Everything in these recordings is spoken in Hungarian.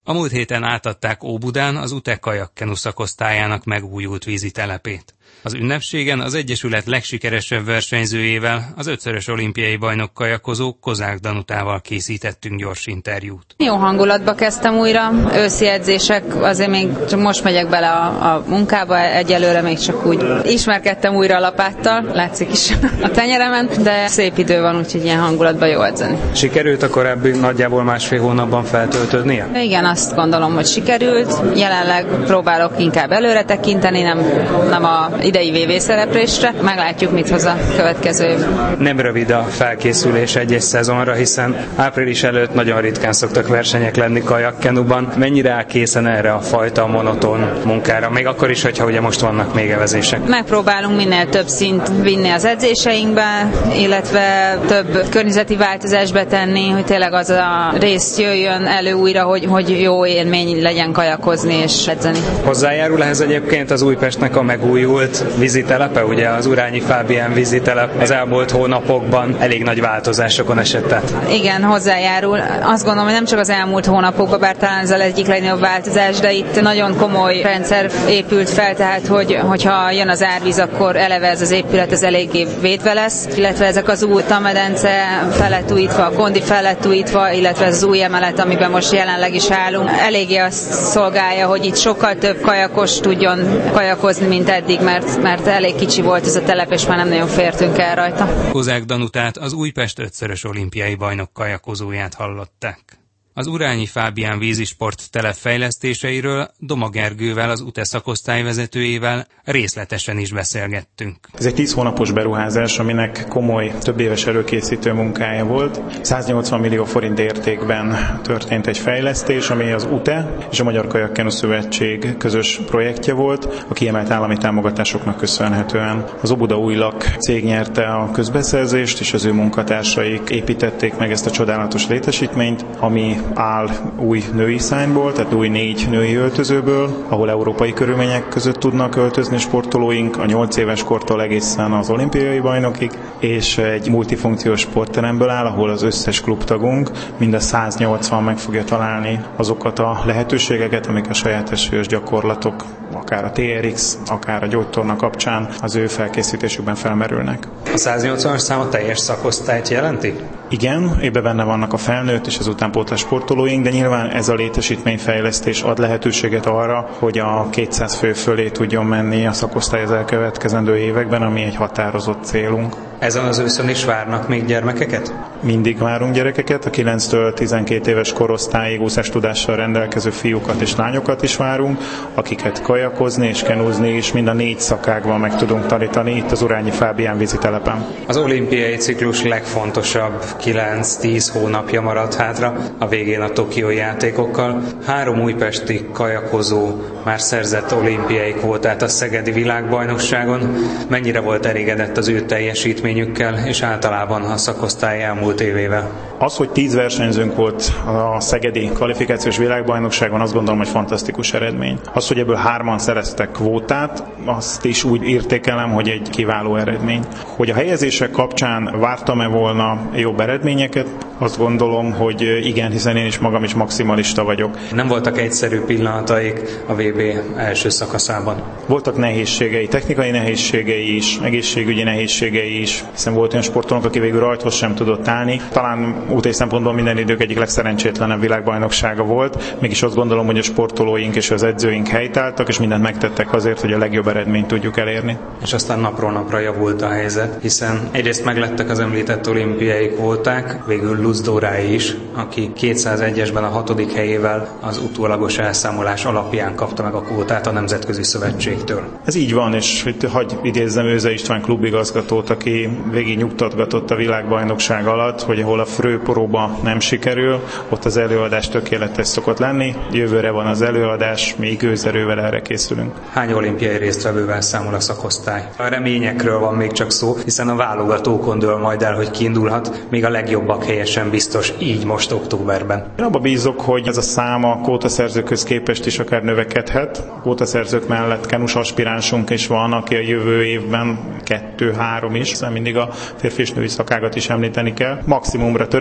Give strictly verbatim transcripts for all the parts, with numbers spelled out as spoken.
A múlt héten átadták Óbudán az u té e kajakkenu szakosztályának megújult vízitelepét. Az ünnepségen az Egyesület legsikeresebb versenyzőjével, az ötszörös olimpiai bajnok kajakozó Kozák Danutával készítettünk gyors interjút. Jó hangulatba kezdtem újra, őszi edzések, azért még csak most megyek bele a, a munkába, egyelőre még csak úgy ismerkedtem újra a lapáttal, látszik is a tenyeremen, de szép idő van, úgyhogy ilyen hangulatban jó edzeni. Sikerült a korábbi nagyjából másfél hónapban feltöltődnie? Igen, azt gondolom, hogy sikerült. Jelenleg próbálok inkább előre tekinteni, nem, nem a idei vé vé szereplésre. Meglátjuk, mit hoz a következő év. Nem rövid a felkészülés egy-egy szezonra, hiszen április előtt nagyon ritkán szoktak versenyek lenni kajakkenuban. Mennyire áll készen erre a fajta monoton munkára? Még akkor is, hogyha ugye most vannak még evezések. Megpróbálunk minél több szint vinni az edzéseinkbe, illetve több környezeti változást betenni, hogy tényleg az a rész jöjjön elő újra, hogy, hogy jó élmény legyen kajakozni és edzeni. Hozzájárul ehhez egyébként az Újpestnek a megújult vízitelepe, ugye az Urányi Fábián vízitelep az elmúlt hónapokban elég nagy változásokon esett át. Igen, hozzájárul. Azt gondolom, hogy nem csak az elmúlt hónapokban, bár talán ez az egyik legnagyobb változás, de itt nagyon komoly rendszer épült fel, tehát hogy, hogyha jön az árvíz, akkor eleve ez az épület ez eléggé védve lesz, illetve ezek az új tamedence felett újítva, a kondi felett újítva, illetve ez az új emelet, amiben most jelenleg is állunk, eléggé azt szolgálja, hogy itt sokkal több kajakos tudjon kajakozni, mint eddig, mert, mert elég kicsi volt ez a telep, és már nem nagyon fértünk el rajta. Kozák Danutát, az Újpest ötszörös olimpiai bajnok kajakozóját hallották. Az Urányi Fábián vízisport telep fejlesztéseiről Doma Gergővel, az u té e szakosztály vezetőjével részletesen is beszélgettünk. Ez egy tíz hónapos beruházás, aminek komoly, több éves előkészítő munkája volt. száznyolcvan millió forint értékben történt egy fejlesztés, ami az u té e és a Magyar Kajakkenu Szövetség közös projektje volt, a kiemelt állami támogatásoknak köszönhetően. Az Óbuda Újlak cég nyerte a közbeszerzést, és az ő munkatársaik építették meg ezt a csodálatos létesítményt, ami áll új női szárnyból, tehát új négy női öltözőből, ahol európai körülmények között tudnak öltözni sportolóink, a nyolc éves kortól egészen az olimpiai bajnokig, és egy multifunkciós sportteremből áll, ahol az összes klubtagunk, mind a száznyolcvan meg fogja találni azokat a lehetőségeket, amik a saját esős gyakorlatok, akár a té er iksz, akár a gyógytorna kapcsán az ő felkészítésükben felmerülnek. A száznyolcvanas szám a teljes szakosztályt jelenti? Igen, ebben benne vannak a felnőtt és az utánpótlás sportolóink, de nyilván ez a létesítményfejlesztés ad lehetőséget arra, hogy a kétszáz fő fölé tudjon menni a szakosztály az elkövetkezendő években, ami egy határozott célunk. Ezen az őszön is várnak még gyermekeket? Mindig várunk gyerekeket, a kilenctől tizenkét éves korosztályig úszástudással rendelkező fiúkat és lányokat is várunk, akiket kajakozni és kenúzni is mind a négy szakágban meg tudunk tanítani itt az Urányi Fábián vízitelepen. Az olimpiai ciklus legfontosabb kilenc-tíz hónapja maradt hátra, a végén a tokiói játékokkal. Három újpesti kajakozó már szerzett olimpiai kvótát a szegedi világbajnokságon. Mennyire volt elégedett az ő teljesítményükkel, és általában a szakosztály elmúlt évével? Az, hogy tíz versenyzőnk volt a szegedi kvalifikációs világbajnokságon, azt gondolom, hogy fantasztikus eredmény. Az, hogy ebből hárman szereztek kvótát, azt is úgy értékelem, hogy egy kiváló eredmény. Hogy a helyezések kapcsán vártam-e volna jobb eredményeket, azt gondolom, hogy igen, hiszen én is magam is maximalista vagyok. Nem voltak egyszerű pillanataik a vé bé első szakaszában? Voltak nehézségei, technikai nehézségei is, egészségügyi nehézségei is, hiszen volt olyan sportolónk, aki végül rajthoz sem tudott állni. Talán ú té szempontból minden idők egyik legszerencsétlenebb világbajnoksága volt, mégis azt gondolom, hogy a sportolóink és az edzőink helytáltak, és mindent megtettek azért, hogy a legjobb eredményt tudjuk elérni. És aztán napról napra javult a helyzet, hiszen egyrészt meglettek az említett olimpiai kvóták, végül Lutz Dórái is, aki kétszázegyesben a hatodik helyével az utólagos elszámolás alapján kapta meg a kvótát a Nemzetközi Szövetségtől. Ez így van, és itt hagy idézzem Őze István klubigazgatót, aki végig nyugtatgatott a világbajnokság alatt, hogy ahol a frőporóba nem sikerül, ott az előadás tökéletes szokott lenni. Jövőre van az előadás, mi gőzerővel erre készülünk. Hány olimpiai résztvevővel számol a szakosztály? A reményekről van még csak szó, hiszen a válogatókon dől majd el, hogy kiindulhat, még a legjobbak helyesen biztos így most októberben. Én abba bízok, hogy ez a szám a kvótaszerzőkhöz képest is akár növekedhet. A kvótaszerzők mellett kenus aspiránsunk is van, aki a jövő évben kettő-három is, hiszen mindig a férfi és női szakágat is említeni kell. Maximumra törekszünk,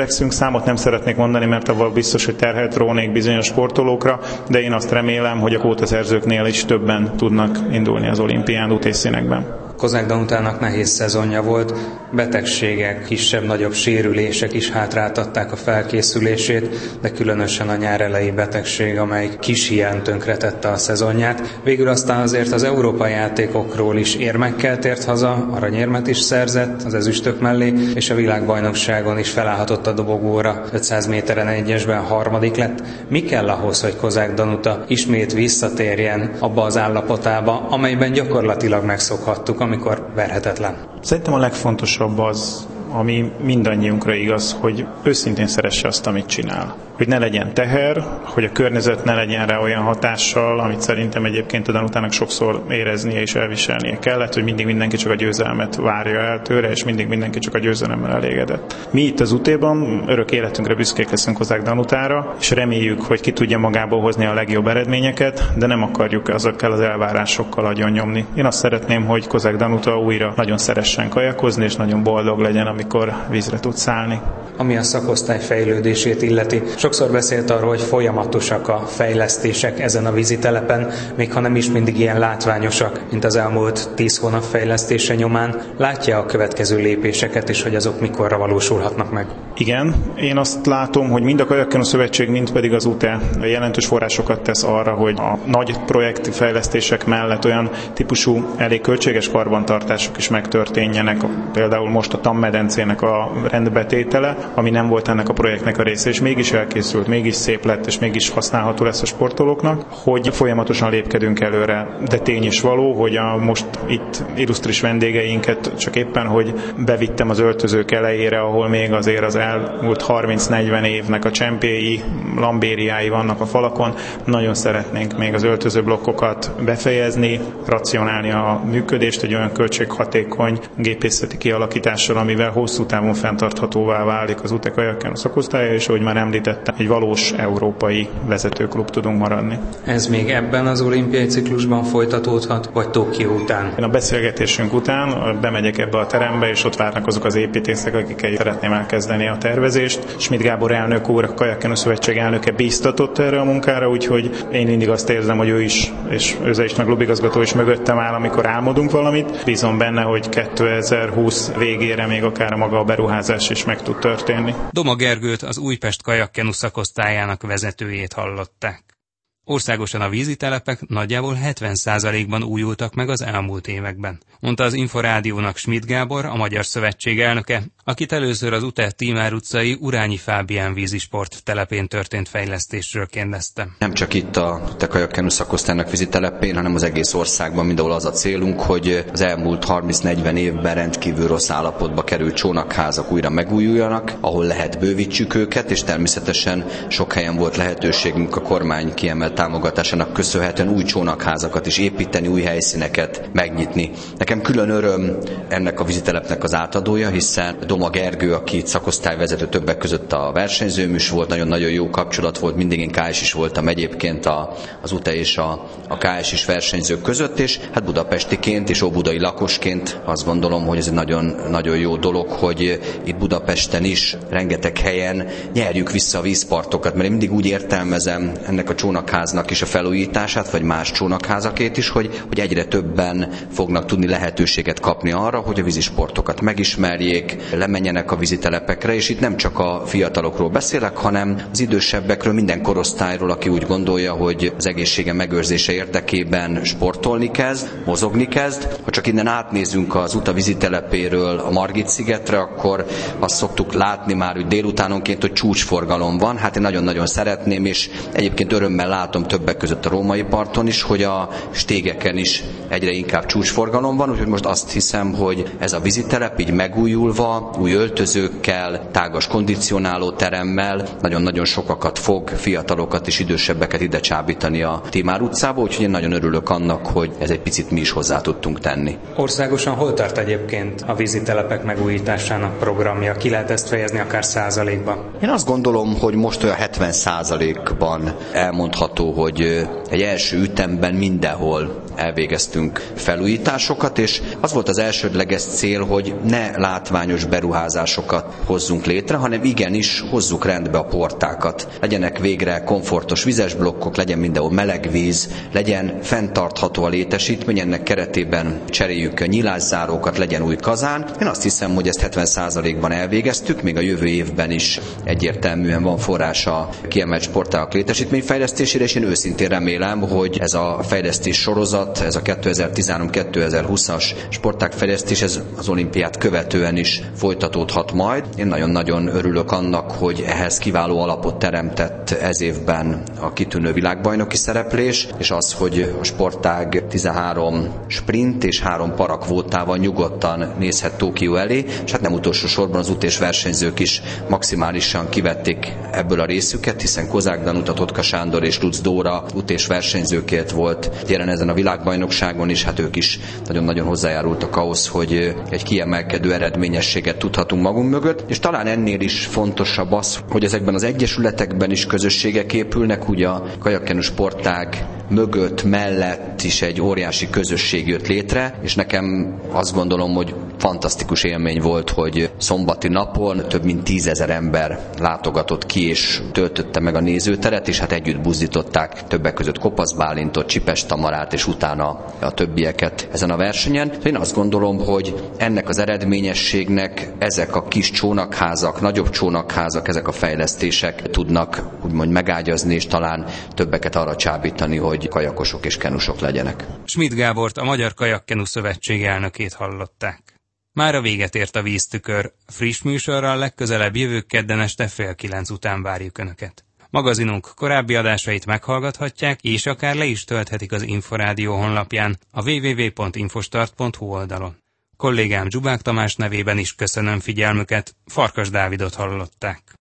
törekszünk, számot nem szeretnék mondani, mert avval biztos, hogy terhet rónék bizonyos sportolókra, de én azt remélem, hogy a kvótaszerzőknél is többen tudnak indulni az olimpián útészszínekben. Kozák Danutának nehéz szezonja volt, betegségek, kisebb-nagyobb sérülések is hátráltatták a felkészülését, de különösen a nyár eleji betegség, amely kis hiány tönkretette a szezonját. Végül aztán azért az európai játékokról is érmekkel tért haza, aranyérmet is szerzett az ezüstök mellé, és a világbajnokságon is felállhatott a dobogóra, ötszáz méteren egyesben harmadik lett. Mi kell ahhoz, hogy Kozák Danuta ismét visszatérjen abba az állapotába, amelyben gyakorlatilag megszokhattuk, amikor verhetetlen? Szerintem a legfontosabb az, ami mindannyiunkra igaz, hogy őszintén szeresse azt, amit csinál. Hogy ne legyen teher, hogy a környezet ne legyen rá olyan hatással, amit szerintem egyébként a Danutának sokszor éreznie és elviselnie kellett, hogy mindig mindenki csak a győzelmet várja el tőle, és mindig mindenki csak a győzelemmel elégedett. Mi itt az útéban örök életünkre büszkék leszünk Kozák Danutára, és reméljük, hogy ki tudja magából hozni a legjobb eredményeket, de nem akarjuk azokkal az elvárásokkal agyon nyomni. Én azt szeretném, hogy Kozák Danuta újra nagyon szeressen kajakozni, és nagyon boldog legyen, amikor vízre tud szállni. Ami a szakosztály fejlődését illeti, sokszor beszélt arról, hogy folyamatosak a fejlesztések ezen a vízitelepen, még ha nem is mindig ilyen látványosak, mint az elmúlt tíz hónap fejlesztése nyomán. Látja a következő lépéseket, és hogy azok mikorra valósulhatnak meg? Igen, én azt látom, hogy mind a Kajakkenu Szövetség, mind pedig az u té e jelentős forrásokat tesz arra, hogy a nagy projekti fejlesztések mellett olyan típusú elég költséges karbantartások is megtörténjenek, például most a Tammedencének a rendbetétele, ami nem volt ennek a projektnek a része, és mégis elkészült, mégis szép lett, és mégis használható lesz a sportolóknak, hogy folyamatosan lépkedünk előre. De tény is való, hogy a most itt illusztris vendégeinket csak éppen, hogy bevittem az öltözők elejére, ahol még azért az elmúlt harminc-negyven évnek a csempéi, lambériái vannak a falakon. Nagyon szeretnénk még az öltözőblokkokat befejezni, racionálni a működést egy olyan költséghatékony gépészeti kialakítással, amivel hosszú távon fenntarthatóvá válik az u té e Kajakkenu szakosztálya, és ahogy már említettem, egy valós európai vezetőklub tudunk maradni. Ez még ebben az olimpiai ciklusban folytatódhat, vagy Tokió után? Én a beszélgetésünk után bemegyek ebbe a terembe, és ott várnak azok az építészek, akikkel szeretném elkezdeni a tervezést. Schmidt Gábor elnök úr, a Kajakkenu Szövetség elnöke bíztatott erre a munkára, úgyhogy én mindig azt érzem, hogy ő is, és Őze is, meg klubigazgató is mögöttem áll, amikor álmodunk valamit. Bízom benne, hogy kétezer-húsz végére még akár a maga a beruházás is meg tud történni. Doma Gergőt, az Újpest Kajakkenu szakosztályának vezetőjét hallották. Országosan a vízitelepek nagyjából hetven százalékban újultak meg az elmúlt években, mondta az Inforádiónak Schmidt Gábor, a Magyar Szövetség elnöke, akit először az u té e Tímár utcai Urányi Fábián vízisport telepén történt fejlesztésről kérdezte. Nem csak itt a u té e Kajakkenu szakosztálynak vízitelepén, hanem az egész országban mindenhol az a célunk, hogy az elmúlt harminc-negyven évben rendkívül rossz állapotba került csónakházak újra megújuljanak, ahol lehet bővítsük őket, és természetesen sok helyen volt lehetőségünk a kormány kiemelt támogatásának köszönhetően új csónakházakat is építeni, új helyszíneket megnyitni. Nekem külön öröm ennek a vízitelepnek az átadója, hiszen Doma Gergő, aki szakosztályvezető, többek között a versenyzőm is volt, nagyon-nagyon jó kapcsolat volt, mindig én ká es is voltam egyébként a, az u té e és a, a ká es is versenyzők között, és hát budapestiként és óbudai lakosként azt gondolom, hogy ez egy nagyon, nagyon jó dolog, hogy itt Budapesten is rengeteg helyen nyerjük vissza a vízpartokat, mert én mindig úgy értelmezem ennek a csónakháznak is a felújítását, vagy más csónakházakét is, hogy, hogy egyre többen fognak tudni lehetőséget kapni arra, hogy a vízisportokat megismerjék, lemenjenek a vízitelepekre, és itt nem csak a fiatalokról beszélek, hanem az idősebbekről, minden korosztályról, aki úgy gondolja, hogy az egészsége megőrzése érdekében sportolni kezd, mozogni kezd. Ha csak innen átnézünk az Uta vízitelepéről a Margit-szigetre, akkor azt szoktuk látni már, hogy délutánonként, hogy csúcsforgalom van. Hát én nagyon-nagyon szeretném, és egyébként örömmel látom többek között a római parton is, hogy a stégeken is egyre inkább csúcsforgalom van, úgyhogy most azt hiszem, hogy ez a vízitelep így megújulva, új öltözőkkel, tágas kondicionáló teremmel nagyon-nagyon sokakat fog, fiatalokat és idősebbeket ide csábítani a Tímár utcába, úgyhogy én nagyon örülök annak, hogy ez egy picit mi is hozzá tudtunk tenni. Országosan hol tart egyébként a vízitelepek megújításának programja? Ki lehet ezt fejezni akár százalékban? Én azt gondolom, hogy most olyan hetven százalékban elmondható, hogy egy első ütemben mindenhol elvégeztünk felújításokat, és az volt az elsődleges cél, hogy ne látványos beruházásokat hozzunk létre, hanem igenis hozzuk rendbe a portákat. Legyenek végre komfortos vizes blokkok, legyen mindenhol meleg víz, legyen fenntartható a létesítmény, ennek keretében cseréljük a nyilászárókat, legyen új kazán. Én azt hiszem, hogy ezt hetven százalékban elvégeztük, még a jövő évben is egyértelműen van forrás a kiemelt sportágak létesítményfejlesztésére, és én őszintén remélem, hogy ez a fejlesztés sorozat, ez a kétezer-tizenhárom kétezer-húszas sportágfejlesztés, ez az olimpiát követően is folytatódhat majd. Én nagyon-nagyon örülök annak, hogy ehhez kiváló alapot teremtett ez évben a kitűnő világbajnoki szereplés, és az, hogy a sportág tizenhárom sprint és három parakvótával nyugodtan nézhet Tokió elé, és hát nem utolsó sorban az útés versenyzők is maximálisan kivették ebből a részüket, hiszen Kozák Danuta, Totka Sándor és Lutz Dóra útés versenyzőként volt jelen ezen a világbajnokságon, és hát ők is nagyon-nagyon hozzájárultak ahhoz, hogy egy kiemelkedő eredményességet tudhatunk magunk mögött, és talán ennél is fontosabb az, hogy ezekben az egyesületekben is közösségek épülnek, ugye a kajakkenu sportág mögött, mellett is egy óriási közösség jött létre, és nekem azt gondolom, hogy fantasztikus élmény volt, hogy szombati napon több mint tízezer ember látogatott ki, és töltötte meg a nézőteret, és hát együtt buzdították többek között Kopasz Bálintot, Csipes Tamarát, és utána a többieket ezen a versenyen. Én azt gondolom, hogy ennek az eredményességnek ezek a kis csónakházak, nagyobb csónakházak, ezek a fejlesztések tudnak úgymond megágyazni, és talán többeket arra csábítani, hogy kajakosok és kenusok legyenek. Schmidt Gábort, a Magyar Kajakkenu Szövetség elnökét hallották. Mára véget ért a Víztükör. Friss műsorral legközelebb jövő kedden este fél kilenc után várjuk Önöket. Magazinunk korábbi adásait meghallgathatják, és akár le is tölthetik az Inforádió honlapján, a double-u double-u double-u pont infostart pont hu oldalon. Kollégám Zsubák Tamás nevében is köszönöm figyelmüket, Farkas Dávidot hallották.